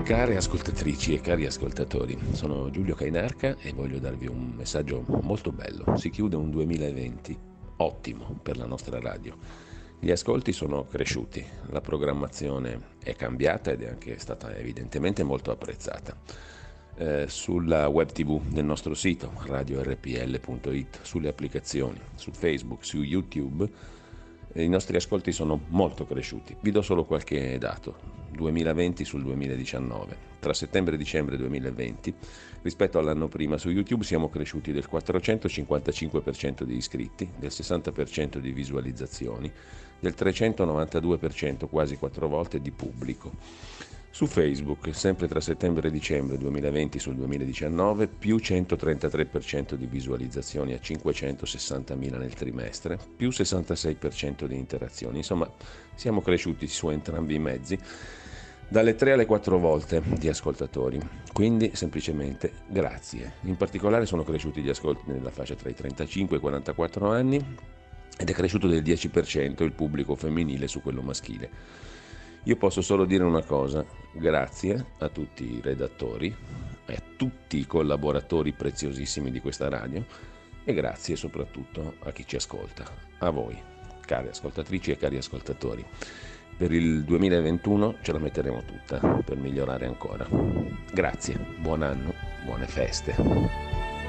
Care ascoltatrici e cari ascoltatori, sono Giulio Cainarca e voglio darvi un messaggio molto bello. Si chiude un 2020 ottimo per la nostra radio. Gli ascolti sono cresciuti, la programmazione è cambiata ed è anche stata evidentemente molto apprezzata. Sulla web tv del nostro sito radiorpl.it, sulle applicazioni, su Facebook, su YouTube, i nostri ascolti sono molto cresciuti. Vi do solo qualche dato. 2020 sul 2019. Tra settembre e dicembre 2020, rispetto all'anno prima, su YouTube siamo cresciuti del 455% di iscritti, del 60% di visualizzazioni, del 392%, quasi 4 volte, di pubblico. Su Facebook, sempre tra settembre e dicembre 2020 sul 2019, più 133% di visualizzazioni a 560.000 nel trimestre, più 66% di interazioni. Insomma, siamo cresciuti su entrambi i mezzi, dalle 3 alle 4 volte di ascoltatori. Quindi, semplicemente, grazie. In particolare sono cresciuti gli ascolti nella fascia tra i 35 e i 44 anni ed è cresciuto del 10% il pubblico femminile su quello maschile. Io posso solo dire una cosa: grazie a tutti i redattori e a tutti i collaboratori preziosissimi di questa radio e grazie soprattutto a chi ci ascolta, a voi, cari ascoltatrici e cari ascoltatori. Per il 2021 ce la metteremo tutta per migliorare ancora. Grazie, buon anno, buone feste.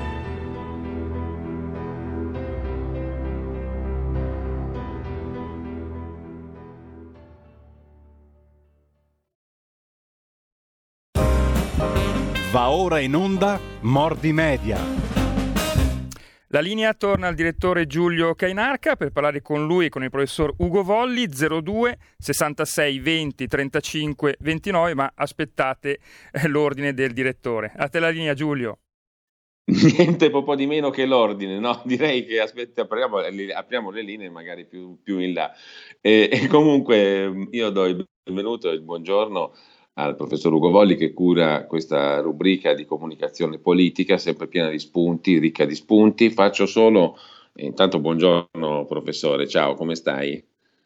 Va ora in onda Mordi Media. La linea torna al direttore Giulio Cainarca per parlare con lui e con il professor Ugo Volli. 02 66 20 35 29, ma aspettate l'ordine del direttore. A te la linea, Giulio. Niente po' di meno che l'ordine, no? Direi che apriamo le linee magari più in là. E comunque io do il benvenuto e il buongiorno al professor Ugo Volli, che cura questa rubrica di comunicazione politica, sempre piena di spunti, ricca di spunti. Faccio solo, intanto buongiorno professore, ciao, come stai?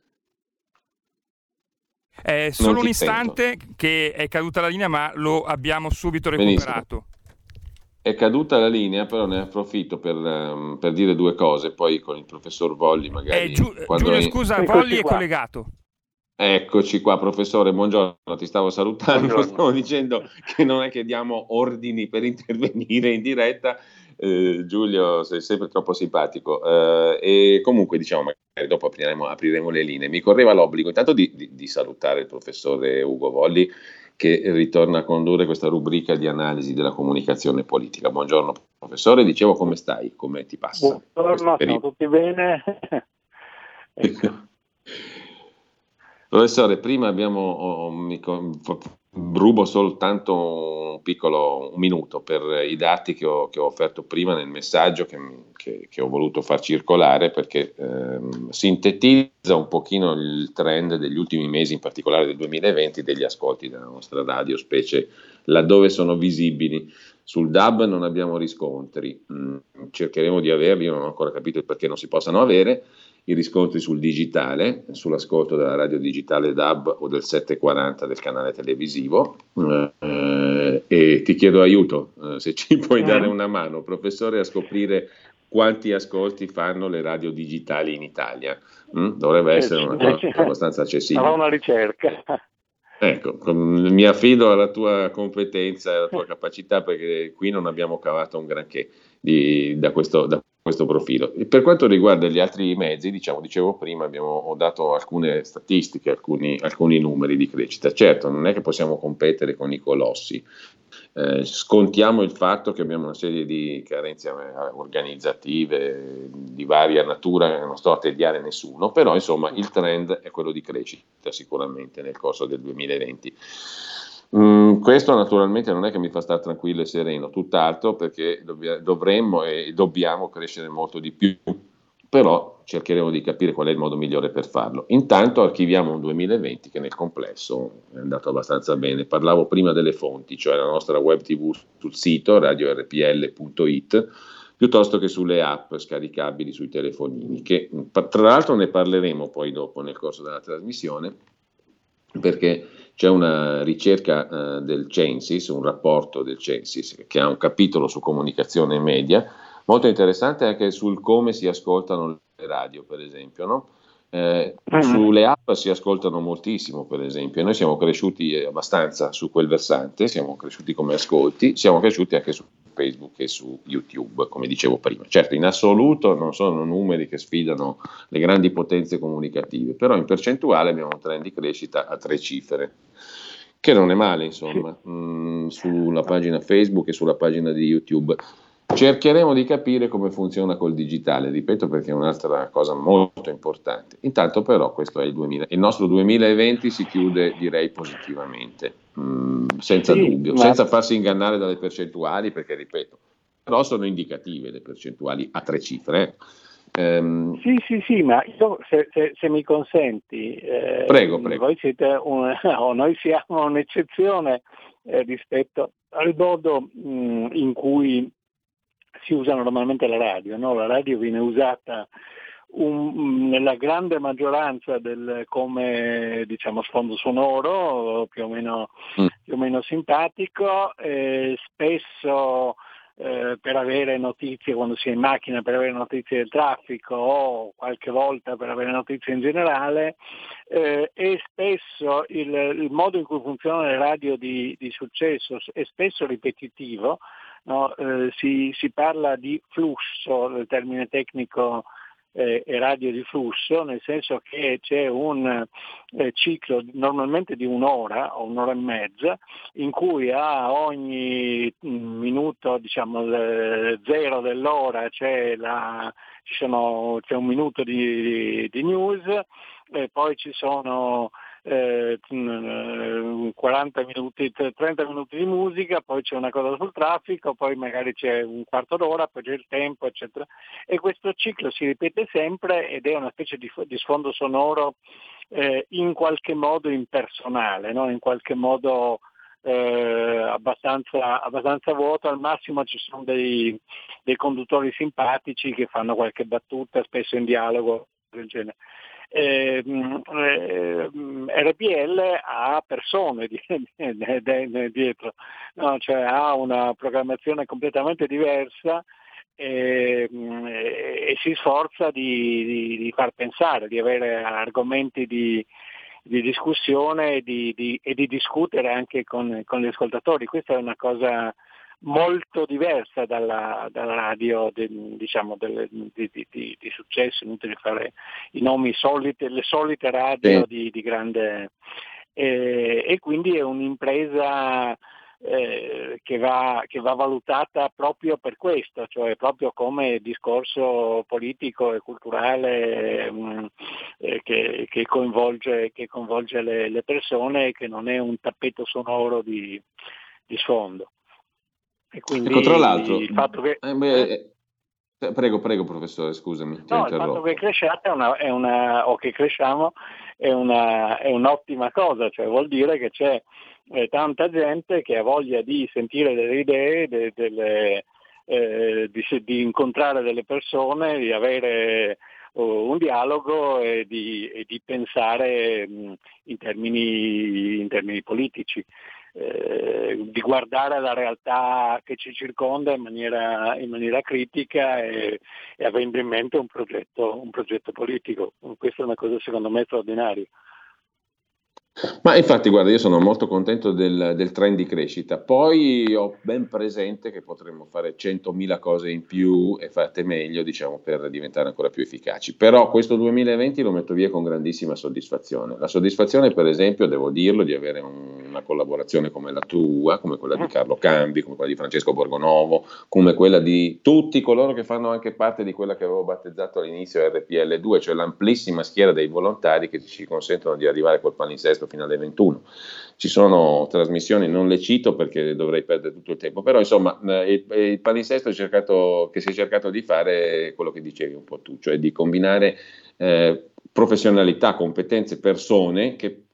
Solo un istante che è caduta la linea, ma lo abbiamo subito recuperato. Benissimo. È caduta la linea, però ne approfitto per dire due cose, poi con il professor Volli magari... Giulio, scusa, Volli è collegato. Eccoci qua, professore, buongiorno, ti stavo salutando. Buongiorno. Stavo dicendo che non è che diamo ordini per intervenire in diretta, Giulio sei sempre troppo simpatico, e comunque diciamo magari dopo apriremo le linee. Mi correva l'obbligo intanto di salutare il professore Ugo Volli, che ritorna a condurre questa rubrica di analisi della comunicazione politica. Buongiorno professore, dicevo, come stai, come ti passa? Buongiorno, stiamo tutti bene. Ecco. Professore, prima rubo soltanto un minuto per i dati che ho offerto prima nel messaggio che ho voluto far circolare, perché sintetizza un pochino il trend degli ultimi mesi, in particolare del 2020, degli ascolti della nostra radio, specie laddove sono visibili. Sul DAB non abbiamo riscontri, cercheremo di averli, io non ho ancora capito il perché non si possano avere. I riscontri sul digitale, sull'ascolto della radio digitale DAB o del 740 del canale televisivo, e ti chiedo aiuto, se ci puoi dare una mano, professore, a scoprire quanti ascolti fanno le radio digitali in Italia. Dovrebbe essere una cosa abbastanza accessibile. Sarà una ricerca. Ecco, mi affido alla tua competenza e alla tua capacità, perché qui non abbiamo cavato un granché da questo profilo. E per quanto riguarda gli altri mezzi, dicevo prima, ho dato alcune statistiche, alcuni numeri di crescita. Certo, non è che possiamo competere con i colossi. Scontiamo il fatto che abbiamo una serie di carenze organizzative di varia natura, non sto a tediare nessuno, però insomma il trend è quello di crescita sicuramente nel corso del 2020. Questo naturalmente non è che mi fa stare tranquillo e sereno, tutt'altro, perché dovremmo e dobbiamo crescere molto di più, però cercheremo di capire qual è il modo migliore per farlo. Intanto archiviamo un 2020 che nel complesso è andato abbastanza bene. Parlavo prima delle fonti, cioè la nostra web tv sul sito radiorpl.it, piuttosto che sulle app scaricabili sui telefonini, che tra l'altro ne parleremo poi dopo nel corso della trasmissione. perché c'è una ricerca del Censis, un rapporto del Censis che ha un capitolo su comunicazione e media, molto interessante anche sul come si ascoltano le radio, per esempio, no? Sulle app si ascoltano moltissimo, per esempio, e noi siamo cresciuti abbastanza su quel versante, siamo cresciuti come ascolti, siamo cresciuti anche su Facebook e su YouTube, come dicevo prima. Certo, in assoluto non sono numeri che sfidano le grandi potenze comunicative, però in percentuale abbiamo un trend di crescita a 3 cifre, che non è male, insomma, sulla pagina Facebook e sulla pagina di YouTube. Cercheremo di capire come funziona col digitale, ripeto, perché è un'altra cosa molto importante. Intanto però questo è il nostro 2020 si chiude, direi, positivamente, senza dubbio, senza farsi ingannare dalle percentuali, perché ripeto, però sono indicative le percentuali a 3 cifre. Sì, ma io, se mi consenti, prego. Voi siete noi siamo un'eccezione rispetto al modo in cui si usano normalmente la radio, no? La radio viene usata nella grande maggioranza come diciamo sfondo sonoro, più o meno simpatico, spesso per avere notizie quando si è in macchina, per avere notizie del traffico o qualche volta per avere notizie in generale, e spesso il modo in cui funzionano le radio di successo è spesso ripetitivo. No, si parla di flusso, il termine tecnico è radio di flusso, nel senso che c'è un ciclo normalmente di un'ora o un'ora e mezza, in cui a ogni minuto, diciamo zero dell'ora c'è un minuto di news, e poi ci sono 40 minuti, 30 minuti di musica, poi c'è una cosa sul traffico, poi magari c'è un quarto d'ora, poi c'è il tempo, eccetera. E questo ciclo si ripete sempre ed è una specie di sfondo sonoro in qualche modo impersonale, no? In qualche modo abbastanza vuoto. Al massimo ci sono dei conduttori simpatici che fanno qualche battuta, spesso in dialogo del genere. RPL ha persone dietro, no? Cioè ha una programmazione completamente diversa e si sforza di far pensare, di avere argomenti di discussione e di discutere anche con gli ascoltatori. Questa è una cosa molto diversa dalla radio di successo, inutile fare i nomi soliti, le solite radio di grande, e quindi è un'impresa che va valutata proprio per questo, cioè proprio come discorso politico e culturale che coinvolge le persone e che non è un tappeto sonoro di sfondo. E quindi ecco, tra l'altro, il fatto che prego professore, scusami, ti ho interrotto. Il fatto che cresciate o che cresciamo è un'ottima cosa, cioè vuol dire che c'è tanta gente che ha voglia di sentire delle idee, di incontrare delle persone, di avere un dialogo e di pensare in termini politici. Di guardare la realtà che ci circonda in maniera critica e avendo in mente un progetto politico. Questa è una cosa secondo me straordinaria. Ma infatti, guarda, io sono molto contento del trend di crescita. Poi ho ben presente che potremmo fare 100.000 cose in più e fatte meglio, diciamo, per diventare ancora più efficaci. Però questo 2020 lo metto via con grandissima soddisfazione. La soddisfazione, per esempio, devo dirlo, di avere una collaborazione come la tua, come quella di Carlo Cambi, come quella di Francesco Borgonovo, come quella di tutti coloro che fanno anche parte di quella che avevo battezzato all'inizio RPL2, cioè l'amplissima schiera dei volontari che ci consentono di arrivare col palinsesto fino alle 21. Ci sono trasmissioni, non le cito perché dovrei perdere tutto il tempo, però insomma il palinsesto che si è cercato di fare quello che dicevi un po' tu, cioè di combinare professionalità, competenze, persone che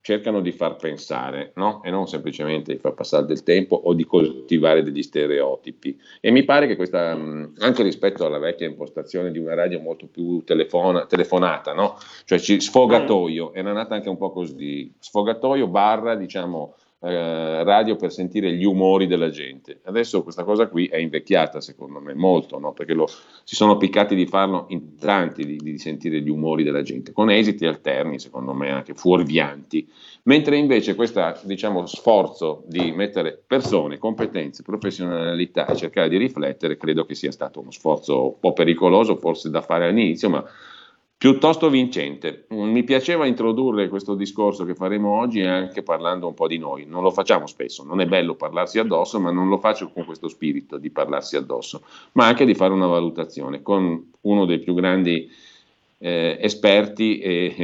cercano di far pensare, no? E non semplicemente di far passare del tempo o di coltivare degli stereotipi. E mi pare che questa, anche rispetto alla vecchia impostazione di una radio molto più telefonata, no? Cioè sfogatoio, era nata anche un po' così, sfogatoio barra, diciamo, radio per sentire gli umori della gente. Adesso questa cosa qui è invecchiata, secondo me, molto, no? Perché si sono piccati di farlo in tanti, di sentire gli umori della gente, con esiti alterni, secondo me, anche fuorvianti. Mentre invece questo, diciamo, sforzo di mettere persone, competenze, professionalità e cercare di riflettere, credo che sia stato uno sforzo un po' pericoloso, forse da fare all'inizio, ma piuttosto vincente. Mi piaceva introdurre questo discorso che faremo oggi anche parlando un po' di noi. Non lo facciamo spesso, non è bello parlarsi addosso, ma non lo faccio con questo spirito di parlarsi addosso, ma anche di fare una valutazione con uno dei più grandi esperti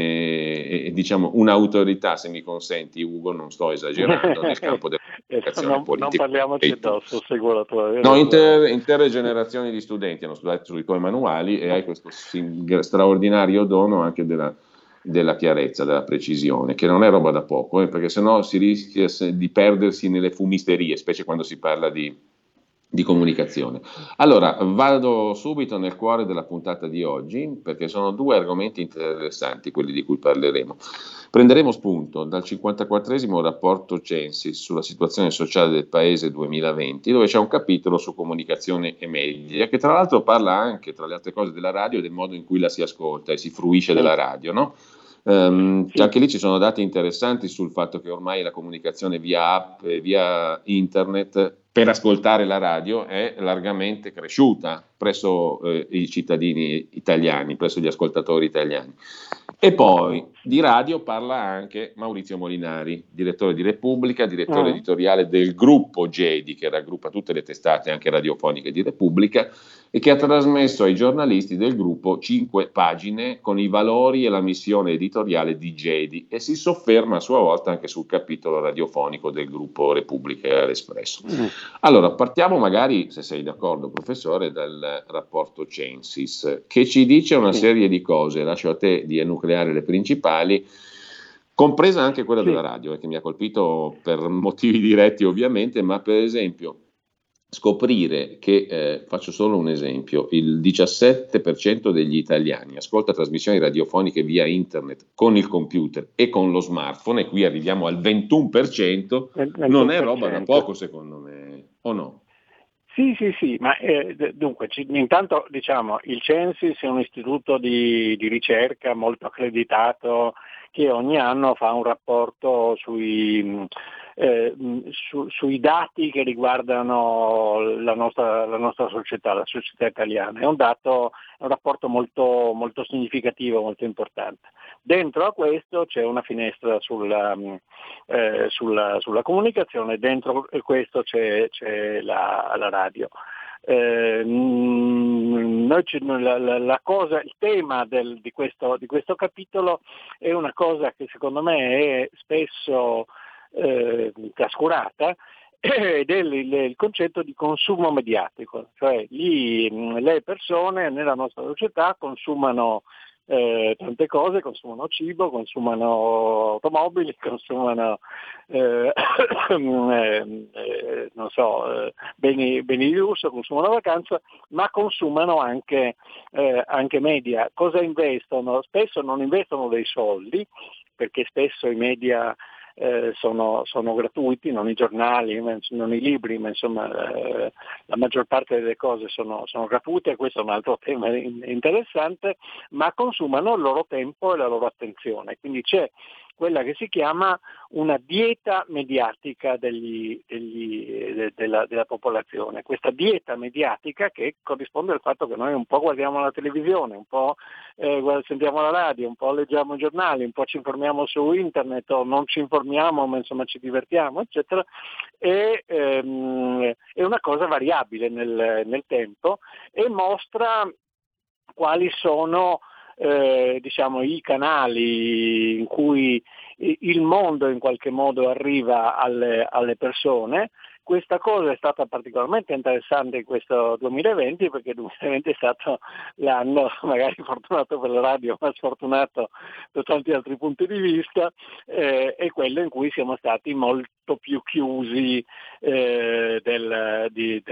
e diciamo un'autorità, se mi consenti Ugo, non sto esagerando, nel campo della comunicazione politica. Non parliamoci addosso, seguo la tua No, intere generazioni di studenti hanno studiato sui tuoi manuali e hai questo straordinario dono anche della chiarezza, della precisione, che non è roba da poco, perché sennò si rischia di perdersi nelle fumisterie, specie quando si parla di comunicazione. Allora, vado subito nel cuore della puntata di oggi, perché sono due argomenti interessanti quelli di cui parleremo. Prenderemo spunto dal 54esimo rapporto Censis sulla situazione sociale del Paese 2020, dove c'è un capitolo su comunicazione e media, che tra l'altro parla anche, tra le altre cose, della radio e del modo in cui la si ascolta e si fruisce della radio, no? Anche lì ci sono dati interessanti sul fatto che ormai la comunicazione via app e via internet per ascoltare la radio è largamente cresciuta presso i cittadini italiani, presso gli ascoltatori italiani. E poi di radio parla anche Maurizio Molinari, direttore di Repubblica, direttore editoriale del gruppo GEDI, che raggruppa tutte le testate anche radiofoniche di Repubblica, e che ha trasmesso ai giornalisti del gruppo 5 pagine con i valori e la missione editoriale di GEDI e si sofferma a sua volta anche sul capitolo radiofonico del gruppo Repubblica e l'Espresso. Allora, partiamo magari, se sei d'accordo professore, dal rapporto Censis, che ci dice una serie di cose, lascio a te di enucleare le principali, compresa anche quella della radio, che mi ha colpito per motivi diretti ovviamente, ma per esempio scoprire che, faccio solo un esempio, il 17% degli italiani ascolta trasmissioni radiofoniche via internet con il computer e con lo smartphone, e qui arriviamo al 21%, non è roba da poco secondo me, o no? Sì, ma dunque, intanto diciamo il Censis è un istituto di ricerca molto accreditato che ogni anno fa un rapporto sui dati che riguardano la nostra società, la società italiana. È un rapporto molto, molto significativo, molto importante. Dentro a questo c'è una finestra sulla comunicazione, dentro questo c'è la radio. Il tema di questo capitolo è una cosa che secondo me è spesso trascurata, ed è il concetto di consumo mediatico, cioè le persone nella nostra società consumano tante cose, consumano cibo, consumano automobili, consumano beni di lusso, consumano vacanza, ma consumano anche media. Cosa investono? Spesso non investono dei soldi, perché spesso i media sono gratuiti, non i giornali, non i libri, ma insomma la maggior parte delle cose sono gratuite, e questo è un altro tema interessante, ma consumano il loro tempo e la loro attenzione, quindi c'è quella che si chiama una dieta mediatica della popolazione. Questa dieta mediatica che corrisponde al fatto che noi un po' guardiamo la televisione, un po' sentiamo la radio, un po' leggiamo i giornali, un po' ci informiamo su internet o non ci informiamo ma insomma ci divertiamo, eccetera. È una cosa variabile nel tempo e mostra quali sono i canali in cui il mondo in qualche modo arriva alle persone. questa cosa è stata particolarmente interessante in questo 2020, perché il 2020 è stato l'anno magari fortunato per la radio, ma sfortunato da tanti altri punti di vista, è quello in cui siamo stati molto più chiusi degli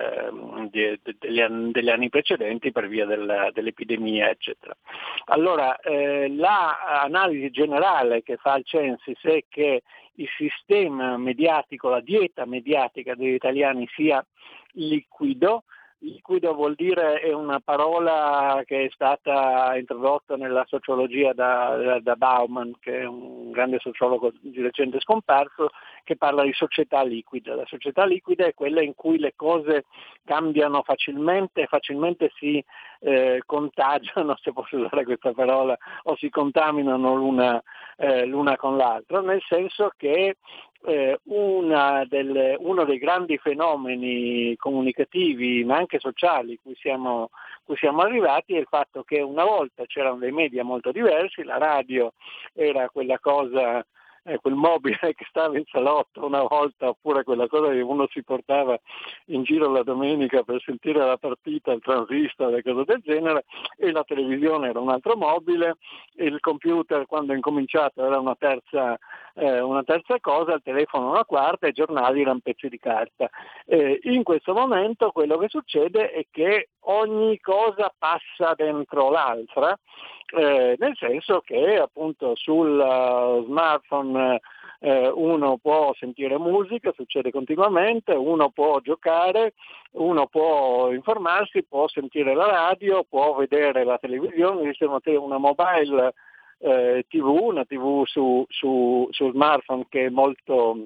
anni precedenti per via dell'epidemia, eccetera. Allora, l'analisi generale che fa il Censis è che il sistema mediatico, la dieta mediatica degli italiani sia liquido. Liquido vuol dire, è una parola che è stata introdotta nella sociologia da Bauman, che è un grande sociologo di recente scomparso, che parla di società liquida. La società liquida è quella in cui le cose cambiano facilmente si contagiano, se posso usare questa parola, o si contaminano l'una con l'altra, nel senso che uno dei grandi fenomeni comunicativi ma anche sociali cui siamo arrivati è il fatto che una volta c'erano dei media molto diversi, la radio era quella cosa, quel mobile che stava in salotto una volta, oppure quella cosa che uno si portava in giro la domenica per sentire la partita, il transistor e cose del genere, e la televisione era un altro mobile, il computer quando è incominciato era una terza cosa, il telefono una quarta e i giornali erano pezzi di carta. In questo momento quello che succede è che ogni cosa passa dentro l'altra, nel senso che appunto sul smartphone uno può sentire musica, succede continuamente, uno può giocare, uno può informarsi, può sentire la radio, può vedere la televisione, esiste una mobile una TV su smartphone che è molto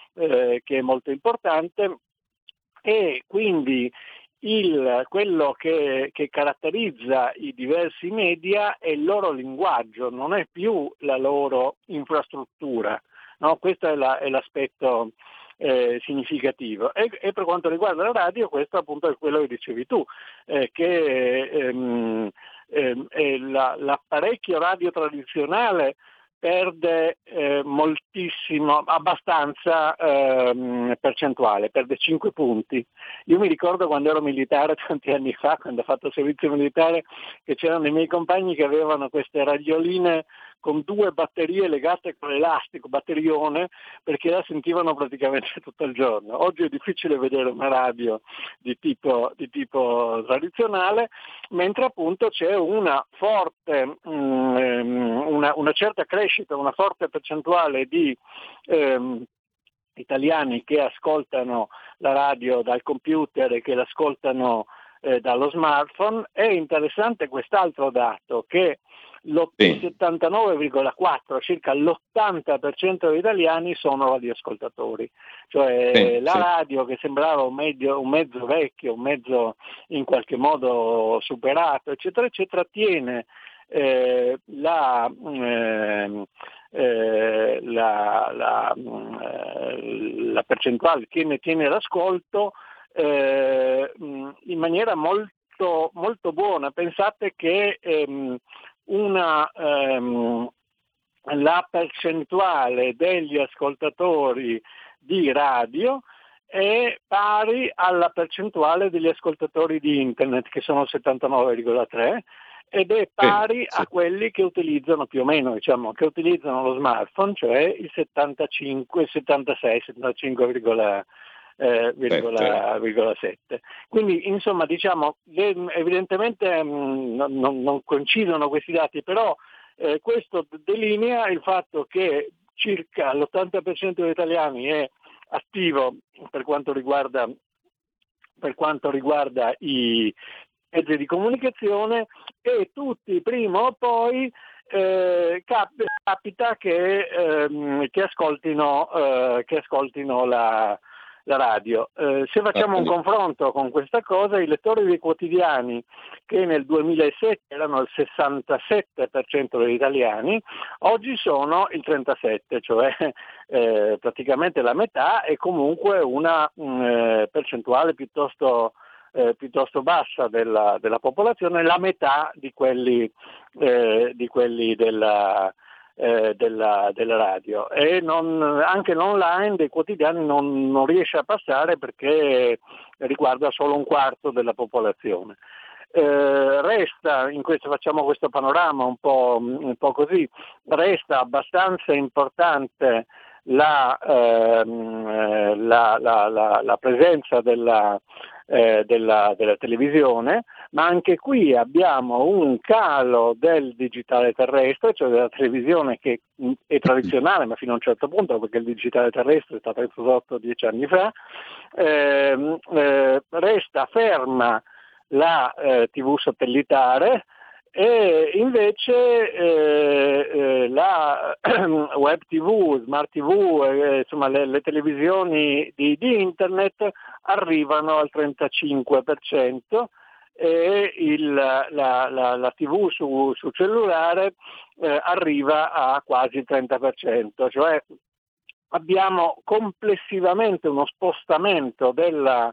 importante, e quindi quello che caratterizza i diversi media è il loro linguaggio, non è più la loro infrastruttura, no? Questo è l'aspetto significativo. E per quanto riguarda la radio, questo appunto è quello che dicevi tu, che l'apparecchio radio tradizionale perde moltissimo, abbastanza percentuale, perde 5 punti. Io mi ricordo quando ero militare tanti anni fa, quando ho fatto servizio militare, che c'erano i miei compagni che avevano queste radioline con 2 batterie legate con l'elastico, batterione, perché la sentivano praticamente tutto il giorno. Oggi è difficile vedere una radio di tipo tradizionale, mentre appunto c'è una forte, una certa crescita, una forte percentuale di italiani che ascoltano la radio dal computer e che l'ascoltano dallo smartphone. È interessante quest'altro dato, che il 79,4, circa l'80% degli italiani sono radioascoltatori, cioè la radio, che sembrava un mezzo vecchio, un mezzo in qualche modo superato, eccetera, eccetera, tiene la percentuale, tiene l'ascolto in maniera molto, molto buona. Pensate che la percentuale degli ascoltatori di radio è pari alla percentuale degli ascoltatori di internet, che sono 79,3, ed è pari a quelli che utilizzano più o meno, che utilizzano lo smartphone, cioè il 75,7. Quindi insomma evidentemente non coincidono questi dati, però questo delinea il fatto che circa l'80% degli italiani è attivo per quanto riguarda i mezzi di comunicazione, e tutti prima o poi capita che ascoltino la radio. Se facciamo un confronto con questa cosa, i lettori dei quotidiani, che nel 2007 erano il 67% degli italiani, oggi sono il 37%, cioè praticamente la metà, e comunque una percentuale piuttosto bassa della popolazione, la metà di quelli della radio, e anche l'online dei quotidiani non riesce a passare perché riguarda solo un quarto della popolazione. Resta, facciamo questo panorama un po' così, resta abbastanza importante la presenza della televisione, ma anche qui abbiamo un calo del digitale terrestre, cioè della televisione che è tradizionale, ma fino a un certo punto, perché il digitale terrestre è stato introdotto 10 anni fa. Resta ferma la TV satellitare, e invece la web TV, smart TV, insomma le televisioni di internet arrivano al 35%, e la TV su cellulare arriva a quasi il 30%, cioè abbiamo complessivamente uno spostamento della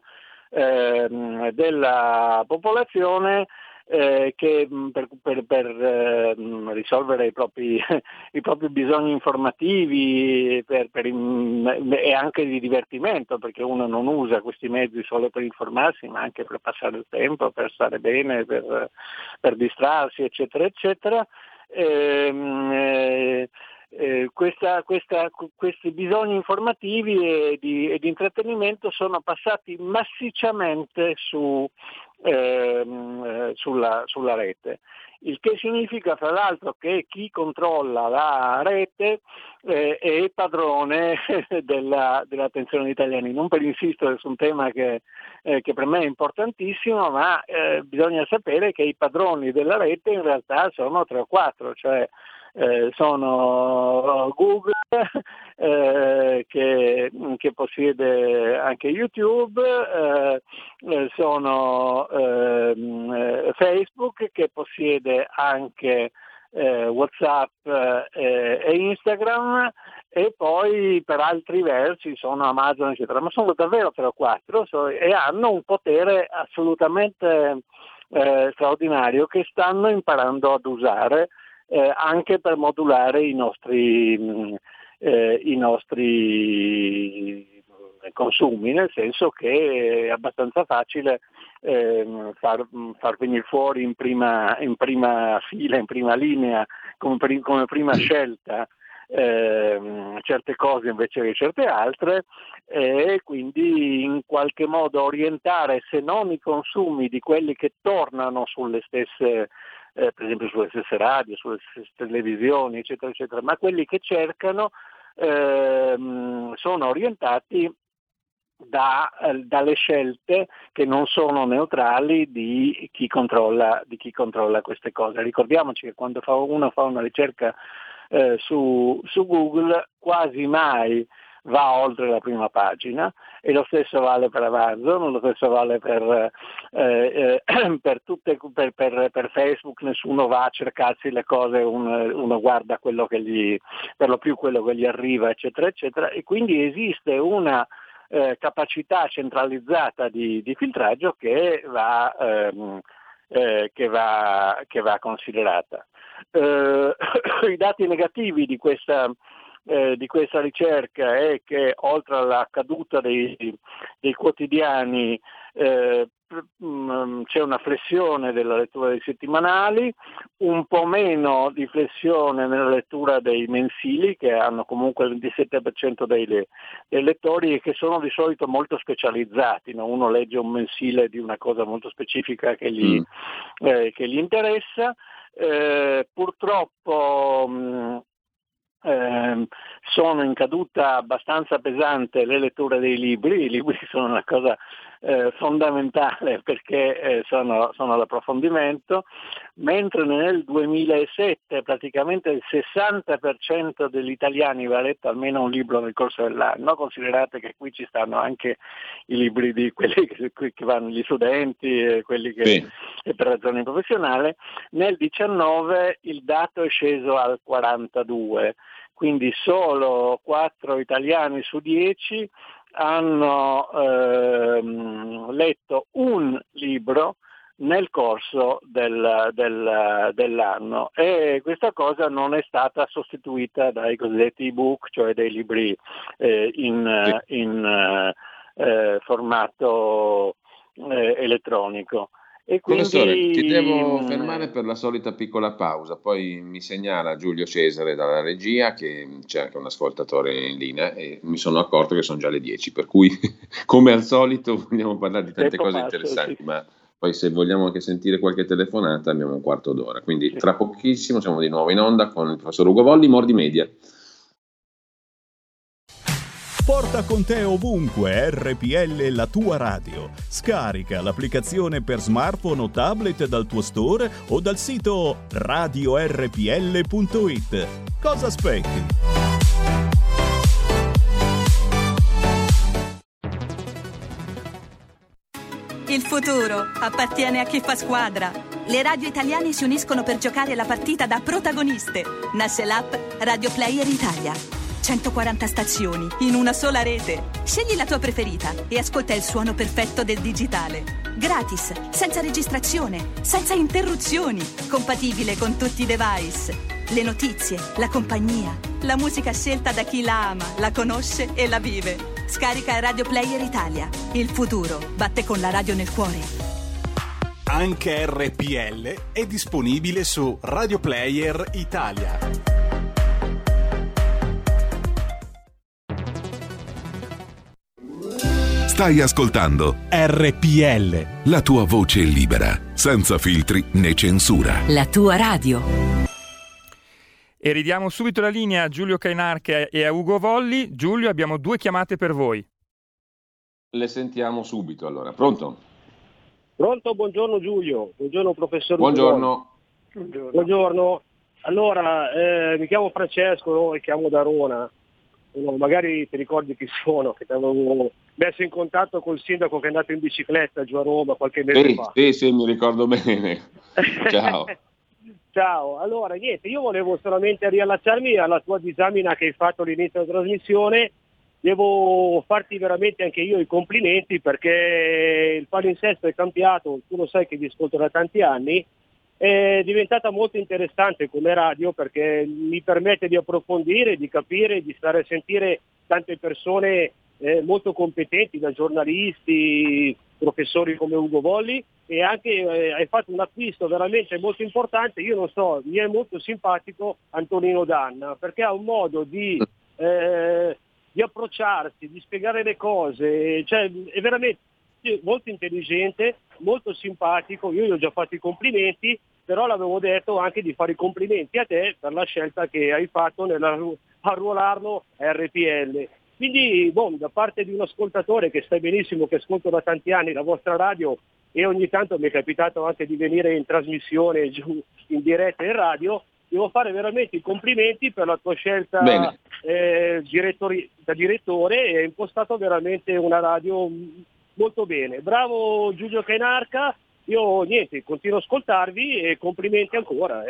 popolazione che per risolvere i propri bisogni informativi e anche di divertimento, perché uno non usa questi mezzi solo per informarsi, ma anche per passare il tempo, per stare bene, per distrarsi, eccetera, eccetera. Questi bisogni informativi e di intrattenimento sono passati massicciamente sulla rete, il che significa fra l'altro che chi controlla la rete è padrone dell'attenzione degli italiani. Non per insistere su un tema che per me è importantissimo, ma bisogna sapere che i padroni della rete in realtà sono 3 o 4, cioè sono Google, che possiede anche YouTube, sono Facebook, che possiede anche WhatsApp e Instagram, e poi per altri versi sono Amazon, eccetera, ma sono davvero 3 o 4 e hanno un potere assolutamente straordinario, che stanno imparando ad usare anche per modulare i nostri consumi, nel senso che è abbastanza facile far venire fuori in prima fila, in prima linea, come prima scelta certe cose invece che certe altre, e quindi in qualche modo orientare, se non i consumi di quelli che tornano sulle stesse per esempio sulle stesse radio, sulle stesse televisioni, eccetera, eccetera, ma quelli che cercano sono orientati dalle scelte che non sono neutrali di chi controlla queste cose. Ricordiamoci che quando uno fa una ricerca su Google, quasi mai va oltre la prima pagina, e lo stesso vale per Amazon, lo stesso vale per Facebook. Nessuno va a cercarsi le cose, uno guarda quello che per lo più quello che gli arriva, eccetera, eccetera, e quindi esiste una capacità centralizzata di filtraggio che va considerata. I dati negativi di questa ricerca è che, oltre alla caduta dei quotidiani, c'è una flessione della lettura dei settimanali, un po' meno di flessione nella lettura dei mensili, che hanno comunque il 27% dei lettori, e che sono di solito molto specializzati, no? Uno legge un mensile di una cosa molto specifica che gli interessa. Purtroppo sono in caduta abbastanza pesante le letture dei libri. I libri sono una cosa fondamentale, perché sono l'approfondimento, mentre nel 2007 praticamente il 60% degli italiani aveva letto almeno un libro nel corso dell'anno. Considerate che qui ci stanno anche i libri di quelli che vanno gli studenti e quelli che per ragioni professionali. Nel 2019 il dato è sceso al 42%, quindi solo 4 italiani su 10 hanno letto un libro nel corso dell'anno, e questa cosa non è stata sostituita dai cosiddetti ebook, cioè dei libri in formato elettronico. E quindi, Professore, ti devo fermare per la solita piccola pausa, poi mi segnala Giulio Cesare dalla regia che c'è anche un ascoltatore in linea e mi sono accorto che sono già le 10, per cui come al solito vogliamo parlare di tante cose interessanti, sì. Ma poi se vogliamo anche sentire qualche telefonata abbiamo un quarto d'ora, quindi tra pochissimo siamo di nuovo in onda con il professor Ugo Volli, Mordi Media. Porta con te ovunque RPL, la tua radio. Scarica l'applicazione per smartphone o tablet dal tuo store o dal sito radiorpl.it. Cosa aspetti? Il futuro appartiene a chi fa squadra. Le radio italiane si uniscono per giocare la partita da protagoniste. Nasce l'app Radio Player Italia. 140 stazioni in una sola rete. Scegli la tua preferita e ascolta il suono perfetto del digitale. Gratis, senza registrazione, senza interruzioni, compatibile con tutti i device. Le notizie, la compagnia, la musica scelta da chi la ama, la conosce e la vive. Scarica Radio Player Italia. Il futuro batte con la radio nel cuore. Anche RPL è disponibile su Radio Player Italia. Stai ascoltando RPL, la tua voce libera, senza filtri né censura. La tua radio. E ridiamo subito la linea a Giulio Cainarca e a Ugo Volli. Giulio, abbiamo 2 chiamate per voi. Le sentiamo subito allora. Pronto? Pronto, buongiorno Giulio, buongiorno professor. Buongiorno. Buongiorno. Allora, mi chiamo Francesco e chiamo da Rona. Magari ti ricordi chi sono, che ti avevo messo in contatto col sindaco che è andato in bicicletta giù a Roma qualche mese fa. Sì, mi ricordo bene. Ciao. Ciao, allora niente, io volevo solamente riallacciarmi alla tua disamina che hai fatto all'inizio della trasmissione. Devo farti veramente anche io i complimenti perché il palinsesto è cambiato, tu lo sai che vi ascolto da tanti anni, è diventata molto interessante come radio perché mi permette di approfondire, di capire, di stare a sentire tante persone molto competenti, da giornalisti, professori come Ugo Volli, e anche hai fatto un acquisto veramente molto importante. Io non so, mi è molto simpatico Antonino Danna perché ha un modo di approcciarsi, di spiegare le cose, cioè è veramente molto intelligente, molto simpatico. Io gli ho già fatto i complimenti, però l'avevo detto anche di fare i complimenti a te per la scelta che hai fatto nell'arruolarlo a RPL. Quindi, da parte di un ascoltatore che stai benissimo, che ascolto da tanti anni la vostra radio e ogni tanto mi è capitato anche di venire in trasmissione giù in diretta in radio, devo fare veramente i complimenti per la tua scelta da direttore, e hai impostato veramente una radio molto bene. Bravo Giulio Cainarca, io continuo a ascoltarvi e complimenti ancora.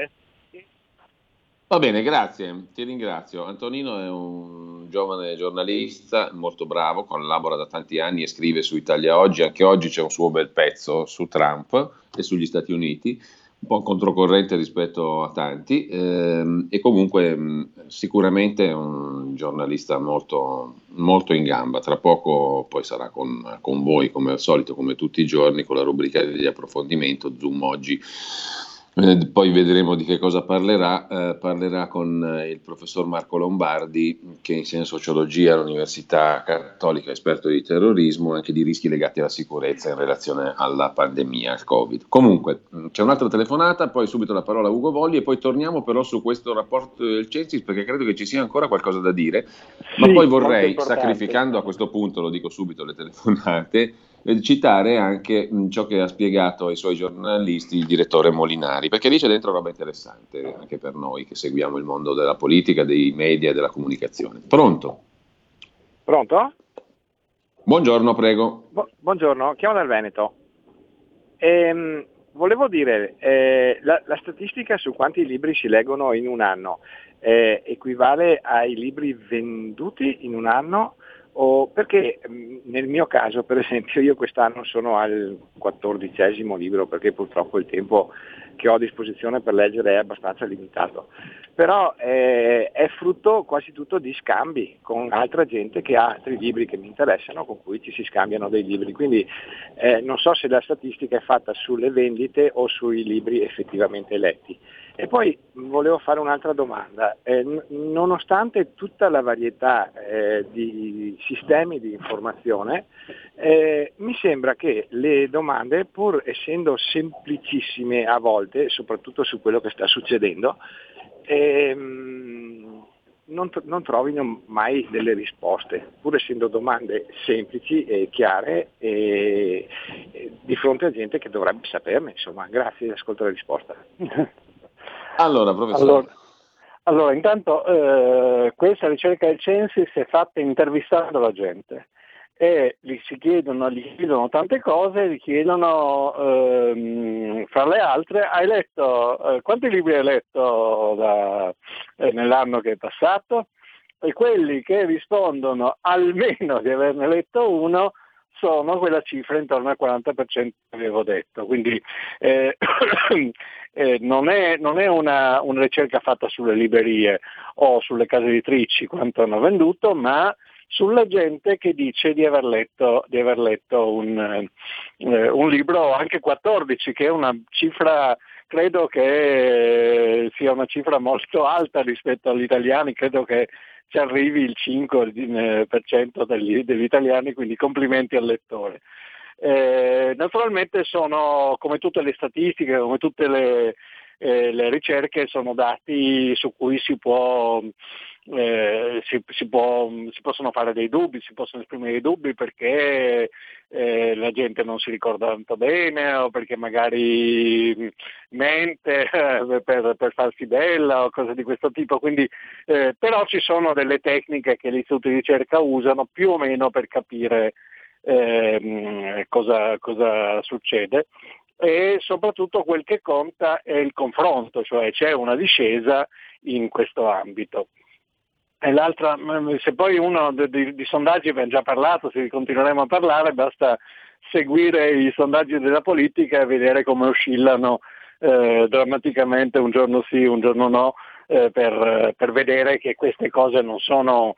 Va bene, grazie, ti ringrazio. Antonino è un giovane giornalista molto bravo, collabora da tanti anni e scrive su Italia Oggi. Anche oggi c'è un suo bel pezzo su Trump e sugli Stati Uniti, un po' controcorrente rispetto a tanti, e comunque sicuramente è un giornalista molto, molto in gamba. Tra poco poi sarà con voi, come al solito, come tutti i giorni, con la rubrica di approfondimento Zoom Oggi. Poi vedremo di che cosa parlerà. Parlerà con il professor Marco Lombardi, che insegna sociologia all'Università Cattolica, esperto di terrorismo e anche di rischi legati alla sicurezza in relazione alla pandemia, al Covid. Comunque, c'è un'altra telefonata, poi subito la parola a Ugo Volli e poi torniamo però su questo rapporto del Censis, perché credo che ci sia ancora qualcosa da dire, ma poi vorrei, sacrificando a questo punto, lo dico subito, le telefonate, citare anche ciò che ha spiegato ai suoi giornalisti il direttore Molinari, perché lì c'è dentro roba interessante anche per noi che seguiamo il mondo della politica, dei media e della comunicazione. Pronto? Pronto? Buongiorno, prego. Buongiorno, chiamo dal Veneto. Volevo dire, la statistica su quanti libri si leggono in un anno equivale ai libri venduti in un anno perché nel mio caso, per esempio, io quest'anno sono al 14° libro, perché purtroppo il tempo che ho a disposizione per leggere è abbastanza limitato, però è frutto quasi tutto di scambi con altra gente che ha altri libri che mi interessano, con cui ci si scambiano dei libri, quindi non so se la statistica è fatta sulle vendite o sui libri effettivamente letti. E poi volevo fare un'altra domanda, nonostante tutta la varietà di sistemi di informazione, mi sembra che le domande, pur essendo semplicissime a volte, soprattutto su quello che sta succedendo, non trovino mai delle risposte, pur essendo domande semplici e chiare di fronte a gente che dovrebbe saperne. Insomma, grazie, ascolto la risposta. Allora, professore. Allora, intanto questa ricerca del Censis è fatta intervistando la gente e gli chiedono tante cose, gli chiedono, fra le altre, hai letto, quanti libri hai letto nell'anno che è passato? E quelli che rispondono almeno di averne letto uno sono quella cifra intorno al 40% che avevo detto, quindi non è una ricerca fatta sulle librerie o sulle case editrici quanto hanno venduto, ma sulla gente che dice di aver letto un libro, anche 14, che è una cifra, credo che sia una cifra molto alta rispetto agli italiani, credo che ci arrivi il 5% degli italiani, quindi complimenti al lettore. Naturalmente sono, come tutte le statistiche, come tutte le ricerche, sono dati su cui si possono fare dei dubbi, si possono esprimere dei dubbi perché la gente non si ricorda tanto bene o perché magari mente per farsi bella o cose di questo tipo, quindi però ci sono delle tecniche che gli istituti di ricerca usano più o meno per capire cosa succede, e soprattutto quel che conta è il confronto, cioè c'è una discesa in questo ambito. E l'altra, se poi uno di sondaggi abbiamo già parlato, se continueremo a parlare, basta seguire i sondaggi della politica e vedere come oscillano drammaticamente un giorno sì, un giorno no, per vedere che queste cose non sono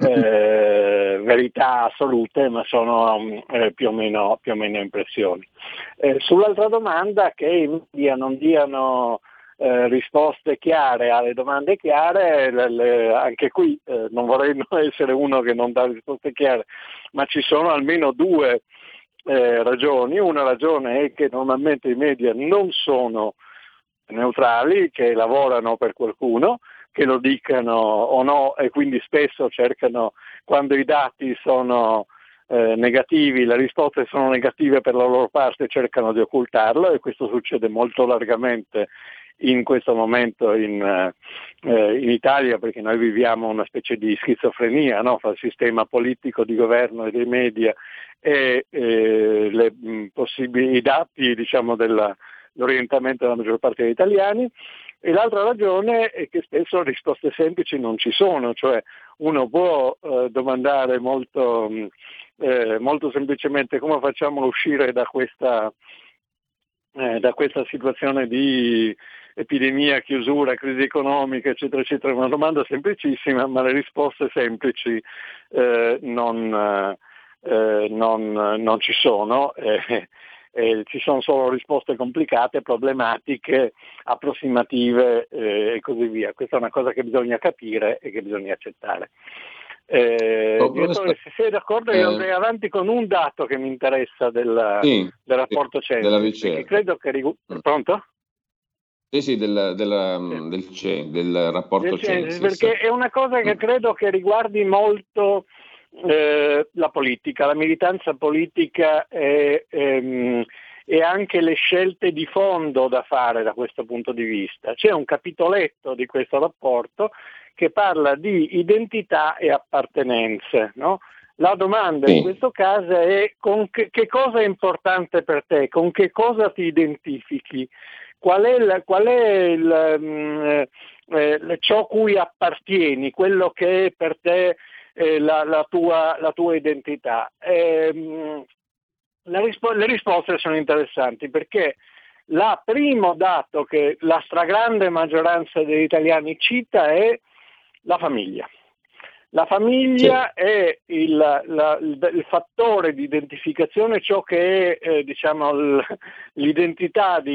verità assolute, ma sono più o meno impressioni. Sull'altra domanda, che i media non diano risposte chiare alle domande chiare, anche qui non vorrei essere uno che non dà risposte chiare, ma ci sono almeno due ragioni. Una ragione è che normalmente i media non sono neutrali, che lavorano per qualcuno, che lo dicano o no, e quindi spesso cercano, quando i dati sono negativi, le risposte sono negative per la loro parte, cercano di occultarlo, e questo succede molto largamente in questo momento in Italia, perché noi viviamo una specie di schizofrenia, no? Fra il sistema politico di governo e dei media e i dati, diciamo, dell'orientamento della maggior parte degli italiani. E l'altra ragione è che spesso risposte semplici non ci sono, cioè uno può domandare molto semplicemente come facciamo a uscire da questa situazione di epidemia, chiusura, crisi economica, eccetera, eccetera. Una domanda semplicissima, ma le risposte semplici non ci sono. Ci sono solo risposte complicate, problematiche, approssimative e così via. Questa è una cosa che bisogna capire e che bisogna accettare. Direttore, se sei d'accordo, io andrei avanti con un dato che mi interessa del rapporto Censis, della ricerca. Perché credo che pronto? Sì, del rapporto Censis. Perché è una cosa che credo che riguardi molto la politica, la militanza politica e anche le scelte di fondo da fare da questo punto di vista. C'è un capitoletto di questo rapporto che parla di identità e appartenenze, no? La domanda in questo caso è che cosa è importante per te, con che cosa ti identifichi, qual è ciò cui appartieni, quello che per te la tua identità. Le risposte sono interessanti perché il primo dato che la stragrande maggioranza degli italiani cita è la famiglia. La famiglia sì. È il fattore di identificazione, ciò che è l'identità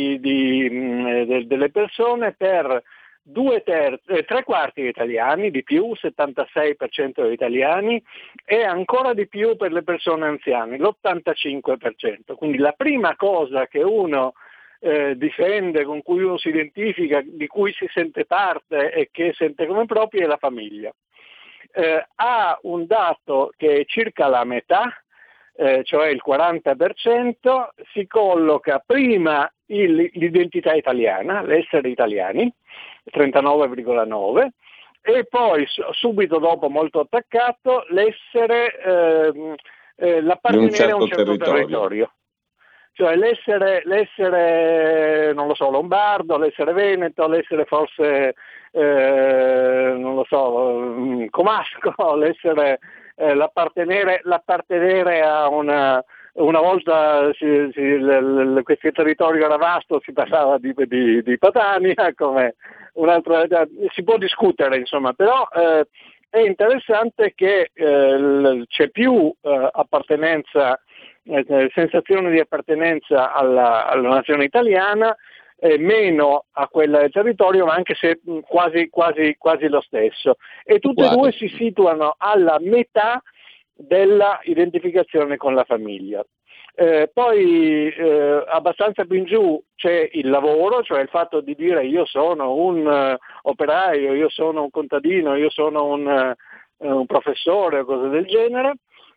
delle persone per tre quarti degli italiani, di più, 76% degli italiani, e ancora di più per le persone anziane, l'85%. Quindi la prima cosa che uno difende, con cui uno si identifica, di cui si sente parte e che sente come propria è la famiglia. Ha un dato che è circa la metà, cioè il 40%, si colloca prima l'identità italiana, l'essere italiani, 39,9%, e poi subito dopo, molto attaccato, l'essere l'appartenere a un certo territorio. Cioè l'essere, non lo so, lombardo, l'essere veneto, l'essere forse, non lo so, comasco, l'essere, l'appartenere a una volta questo territorio era vasto, si passava di Padania, come un'altra, si può discutere insomma, però è interessante che c'è più appartenenza, sensazione di appartenenza alla nazione italiana, meno a quella del territorio, ma anche se quasi lo stesso. E tutte e due si situano alla metà della identificazione con la famiglia. Poi abbastanza più in giù c'è il lavoro, cioè il fatto di dire io sono un operaio, io sono un contadino, io sono un professore o cose del genere,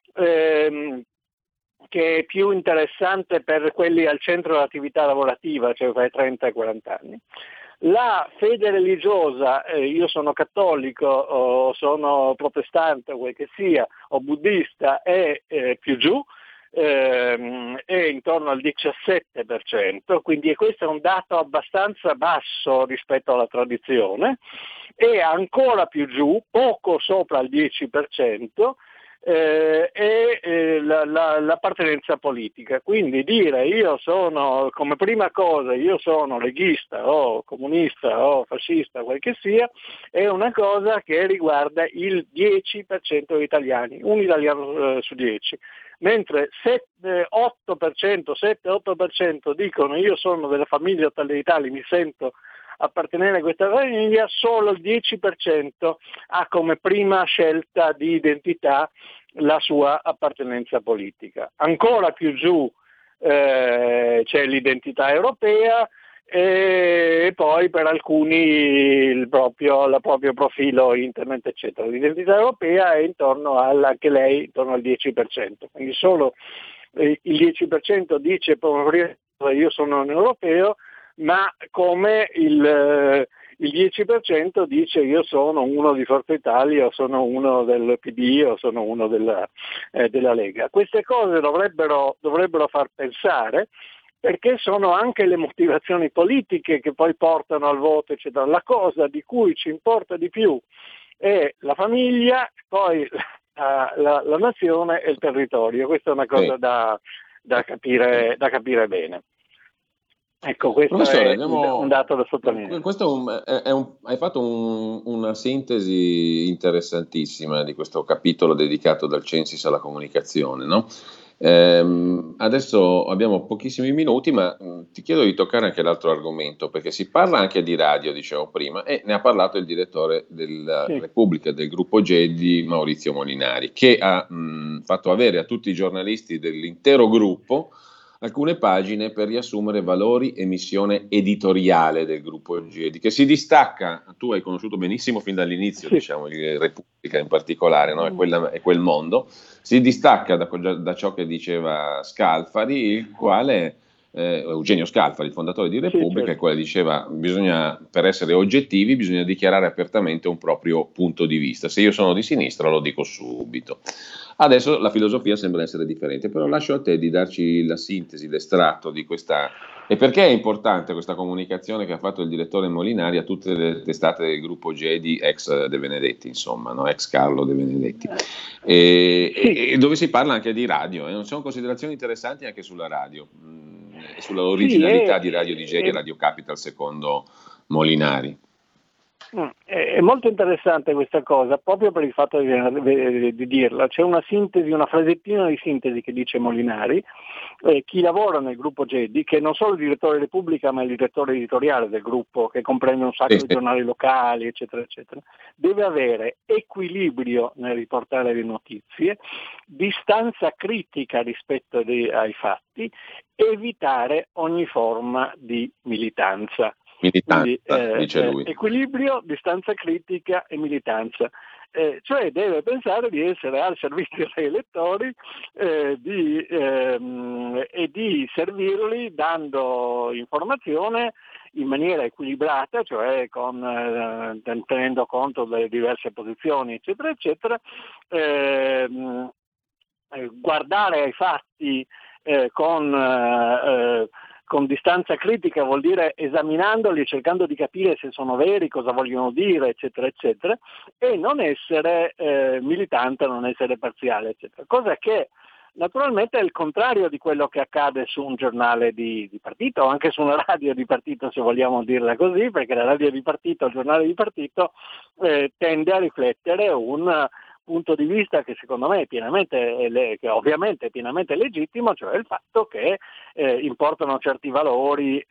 che è più interessante per quelli al centro dell'attività lavorativa, cioè tra i 30 e i 40 anni. La fede religiosa, io sono cattolico, o sono protestante, o quel che sia, o buddista, è più giù, è intorno al 17%, quindi questo è un dato abbastanza basso rispetto alla tradizione, e ancora più giù, poco sopra il 10%, l'appartenenza politica. Quindi dire io sono, come prima cosa, io sono leghista o comunista o fascista, quel che sia, è una cosa che riguarda il 10% degli italiani, un italiano su 10, mentre 7-8% dicono io sono della famiglia Italia d'Italia, mi sento appartenere a questa famiglia, solo il 10% ha come prima scelta di identità la sua appartenenza politica. Ancora più giù c'è l'identità europea, e poi per alcuni il proprio profilo internet, eccetera. L'identità europea è anche lei intorno al 10%, quindi solo il 10% dice io sono un europeo, ma come il 10% dice io sono uno di Forza Italia, o sono uno del PD, o sono uno della Lega. Queste cose dovrebbero far pensare, perché sono anche le motivazioni politiche che poi portano al voto, eccetera. La cosa di cui ci importa di più è la famiglia, poi la nazione e il territorio. Questa è una cosa da capire bene. Ecco, questo è un dato da sottolineare. Questo hai fatto una sintesi interessantissima di questo capitolo dedicato dal Censis alla comunicazione, no? Adesso abbiamo pochissimi minuti, ma ti chiedo di toccare anche l'altro argomento, perché si parla anche di radio, dicevo prima, e ne ha parlato il direttore della Repubblica, del gruppo GEDI, Maurizio Molinari, che ha fatto avere a tutti i giornalisti dell'intero gruppo alcune pagine per riassumere valori e missione editoriale del gruppo GEDI, che si distacca, tu hai conosciuto benissimo fin dall'inizio, diciamo, il Repubblica in particolare, no? È quel mondo, si distacca da ciò che diceva Scalfari, il quale Eugenio Scalfari, il fondatore di Repubblica, certo. il quale diceva per essere oggettivi bisogna dichiarare apertamente un proprio punto di vista. Se io sono di sinistra lo dico subito. Adesso la filosofia sembra essere differente, però lascio a te di darci la sintesi, l'estratto di questa. E perché è importante questa comunicazione che ha fatto il direttore Molinari a tutte le testate del gruppo Gedi, ex De Benedetti, insomma, no? Ex Carlo De Benedetti, e dove si parla anche di radio, e non sono considerazioni interessanti anche sulla radio, e sulla originalità di Radio DJ e Radio Capital secondo Molinari. È molto interessante questa cosa, proprio per il fatto di dirla. C'è una sintesi, una frasettina di sintesi che dice Molinari. Chi lavora nel gruppo Gedi, che non solo il direttore della Repubblica, ma il direttore editoriale del gruppo, che comprende un sacco di giornali locali, eccetera, eccetera, deve avere equilibrio nel riportare le notizie, distanza critica rispetto ai fatti, evitare ogni forma di militanza. Quindi, dice lui. Equilibrio, distanza critica e militanza. Cioè deve pensare di essere al servizio dei lettori e di servirli dando informazione in maniera equilibrata, cioè tenendo conto delle diverse posizioni, eccetera, eccetera, guardare ai fatti con distanza critica vuol dire esaminandoli, cercando di capire se sono veri, cosa vogliono dire, eccetera, eccetera, e non essere militante, non essere parziale, eccetera. Cosa che naturalmente è il contrario di quello che accade su un giornale di partito, o anche su una radio di partito, se vogliamo dirla così, perché la radio di partito, il giornale di partito, tende a riflettere un punto di vista che secondo me che ovviamente è pienamente legittimo, cioè il fatto che importano certi valori,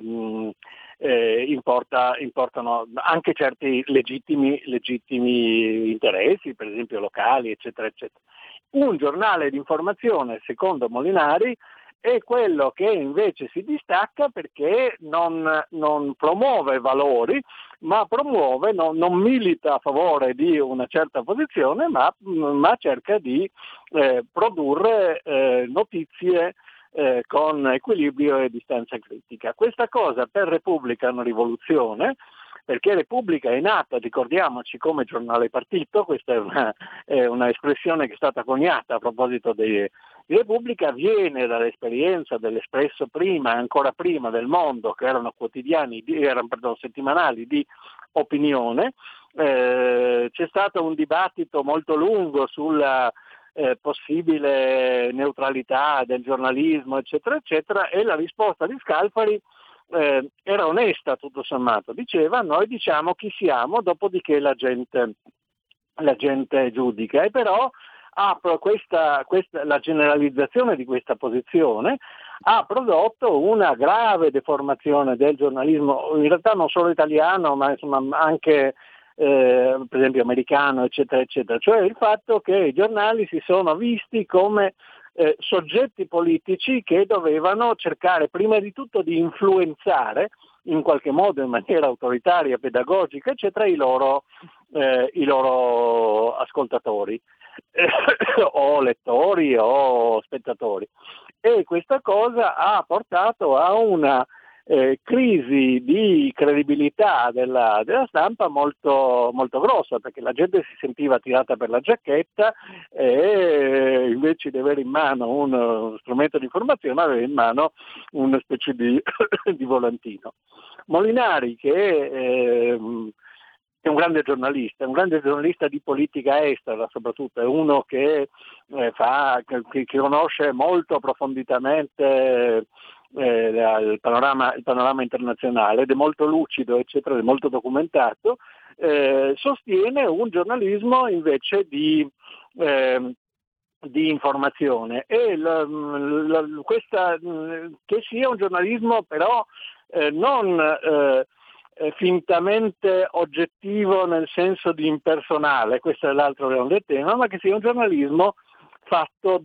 importano anche certi legittimi interessi, per esempio locali, eccetera, eccetera. Un giornale di informazione, secondo Molinari, è quello che invece si distacca perché non promuove valori, ma non milita a favore di una certa posizione, ma cerca di produrre notizie con equilibrio e distanza critica. Questa cosa per Repubblica è una rivoluzione, perché Repubblica è nata, ricordiamoci, come giornale partito. Questa è una espressione che è stata coniata a proposito di Repubblica, viene dall'esperienza dell'Espresso prima, ancora prima del Mondo, che erano settimanali di opinione. C'è stato un dibattito molto lungo sulla possibile neutralità del giornalismo, eccetera, eccetera, e la risposta di Scalfari era onesta, tutto sommato. Diceva: noi diciamo chi siamo, dopodiché la gente giudica. E però la generalizzazione di questa posizione ha prodotto una grave deformazione del giornalismo, in realtà non solo italiano, ma insomma anche per esempio americano, eccetera, eccetera. Cioè il fatto che i giornali si sono visti come soggetti politici che dovevano cercare prima di tutto di influenzare in qualche modo, in maniera autoritaria, pedagogica, eccetera, i loro ascoltatori o lettori o spettatori. E questa cosa ha portato a una crisi di credibilità della stampa molto, molto grossa, perché la gente si sentiva tirata per la giacchetta e invece di avere in mano uno strumento di informazione aveva in mano una specie di volantino. Molinari, che è un grande giornalista di politica estera soprattutto, è uno che conosce molto approfonditamente il panorama internazionale, ed è molto lucido, eccetera, è molto documentato, sostiene un giornalismo invece di informazione, e che sia un giornalismo però non fintamente oggettivo nel senso di impersonale, questo è l'altro grande tema, ma che sia un giornalismo fatto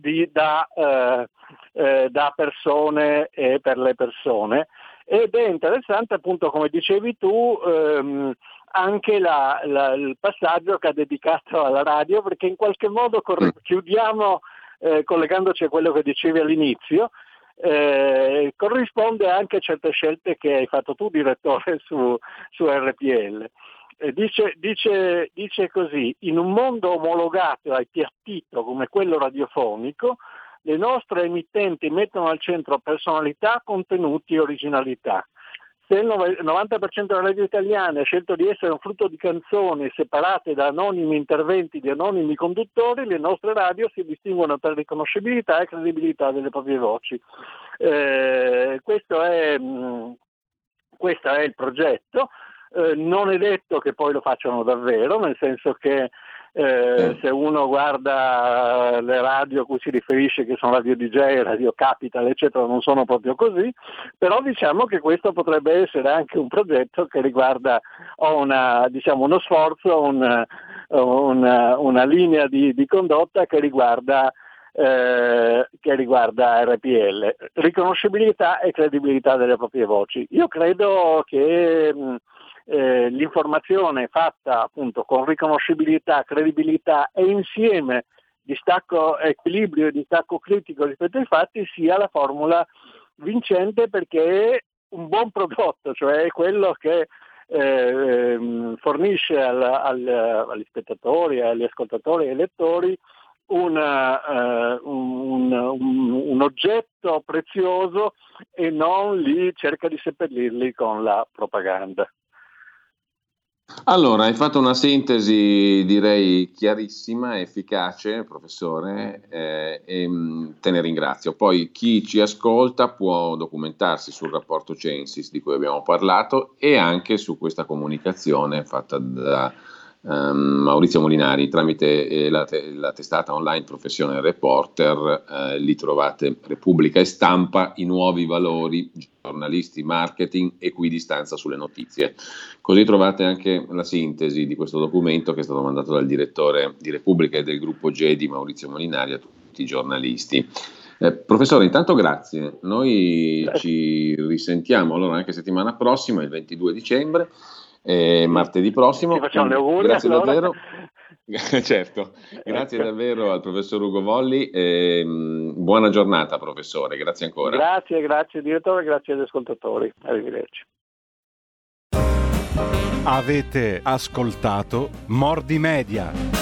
da persone e per le persone. Ed è interessante, appunto, come dicevi tu, anche il passaggio che ha dedicato alla radio, perché in qualche modo chiudiamo collegandoci a quello che dicevi all'inizio. corrisponde anche a certe scelte che hai fatto tu, direttore, su RPL. Dice così: in un mondo omologato e appiattito come quello radiofonico, le nostre emittenti mettono al centro personalità, contenuti e originalità. Se il 90% delle radio italiane ha scelto di essere un frutto di canzoni separate da anonimi interventi di anonimi conduttori, le nostre radio si distinguono per riconoscibilità e credibilità delle proprie voci. Questo è il progetto. Non è detto che poi lo facciano davvero, nel senso che se uno guarda le radio a cui si riferisce, che sono Radio DJ, Radio Capital, eccetera, non sono proprio così, però diciamo che questo potrebbe essere anche un progetto che riguarda uno sforzo, una linea di condotta che riguarda RPL, riconoscibilità e credibilità delle proprie voci. Io credo che l'informazione fatta appunto con riconoscibilità, credibilità e insieme distacco, equilibrio e distacco critico rispetto ai fatti sia la formula vincente, perché è un buon prodotto, cioè quello che fornisce agli spettatori, agli ascoltatori e ai lettori un oggetto prezioso e non li cerca di seppellirli con la propaganda. Allora, hai fatto una sintesi, direi, chiarissima, efficace, professore, e te ne ringrazio. Poi chi ci ascolta può documentarsi sul rapporto Censis di cui abbiamo parlato e anche su questa comunicazione fatta da Maurizio Molinari tramite la testata online Professione Reporter. Lì trovate Repubblica e Stampa, i nuovi valori, giornalisti, marketing, equidistanza sulle notizie. Così trovate anche la sintesi di questo documento che è stato mandato dal direttore di Repubblica e del gruppo GEDI Maurizio Molinari a tutti i giornalisti. Professore, intanto grazie. Noi ci risentiamo allora anche settimana prossima, il 22 dicembre. Martedì prossimo. Ti facciamo le auguri. Grazie davvero. Certo, grazie davvero al professor Ugo Volli. Buona giornata, professore. Grazie ancora. Grazie direttore, grazie agli ascoltatori. Arrivederci. Avete ascoltato Mordi Media.